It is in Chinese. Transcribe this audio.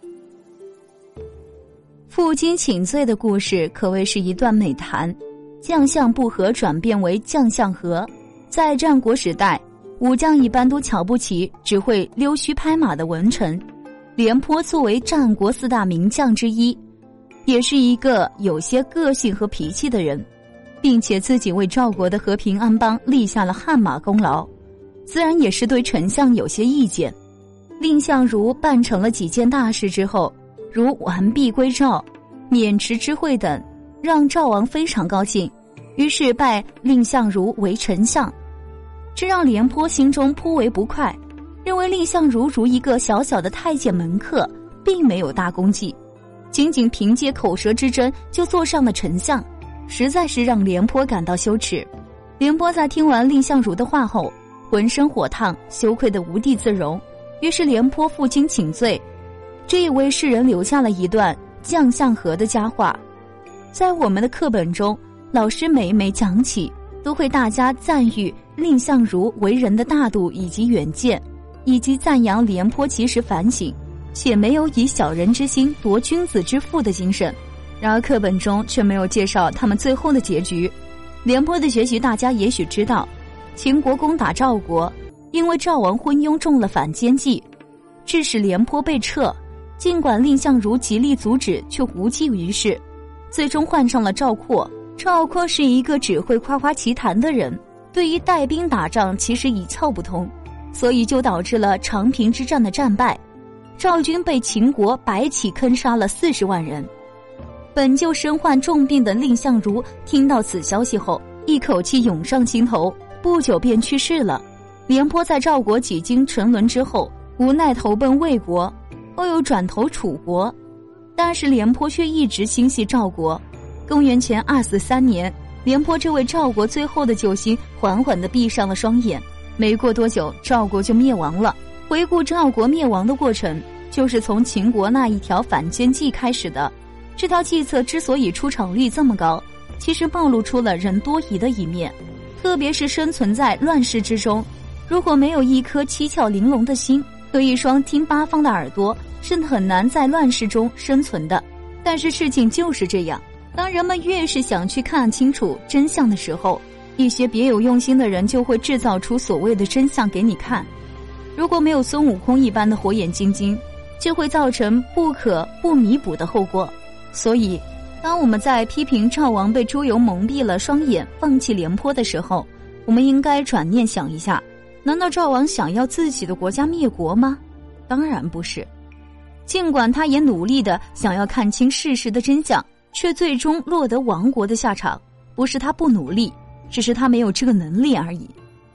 负荆请罪的故事可谓是一段美谈，将相不和转变为将相和。在战国时代，武将一般都瞧不起只会溜须拍马的文臣，廉颇作为战国4大名将之一，也是一个有些个性和脾气的人，并且自己为赵国的和平安邦立下了汗马功劳，自然也是对丞相有些意见。蔺相如办成了几件大事之后，如完璧归赵、免职之会等，让赵王非常高兴，于是拜蔺相如为丞相。这让廉颇心中颇为不快，认为蔺相如一个小小的太监门客，并没有大功绩，仅仅凭借口舌之争就坐上了丞相，实在是让廉颇感到羞耻。廉颇在听完蔺相如的话后，浑身火烫，羞愧得无地自容，于是廉颇负荆请罪，这也为世人留下了一段将相和的佳话。在我们的课本中，老师每每讲起，都会大加赞誉蔺相如为人的大度以及远见，以及赞扬廉颇及时反省，且没有以小人之心夺君子之腹的精神。然而课本中却没有介绍他们最后的结局。廉颇的结局大家也许知道，秦国攻打赵国，因为赵王昏庸中了反间计，致使廉颇被撤，尽管蔺相如极力阻止，却无济于事，最终换上了赵括。赵括是一个只会夸夸其谈的人，对于带兵打仗其实一窍不通，所以就导致了长平之战的战败，赵军被秦国白起坑杀了40万人。本就身患重病的蔺相如听到此消息后，一口气涌上心头，不久便去世了。廉颇在赵国几经沉沦之后，无奈投奔魏国，后又转投楚国，但是廉颇却一直心系赵国。公元前243年，廉颇这位赵国最后的救星缓缓地闭上了双眼，没过多久，赵国就灭亡了。回顾赵国灭亡的过程，就是从秦国那一条反间计开始的。这条计策之所以出场率这么高，其实暴露出了人多疑的一面，特别是生存在乱世之中，如果没有一颗七窍玲珑的心和一双听八方的耳朵，是很难在乱世中生存的。但是事情就是这样，当人们越是想去看清楚真相的时候，一些别有用心的人就会制造出所谓的真相给你看。如果没有孙悟空一般的火眼金睛，就会造成不可不弥补的后果。所以当我们在批评赵王被猪油蒙蔽了双眼，放弃廉颇的时候，我们应该转念想一下，难道赵王想要自己的国家灭国吗？当然不是。尽管他也努力地想要看清事实的真相，却最终落得亡国的下场，不是他不努力，只是他没有这个能力而已。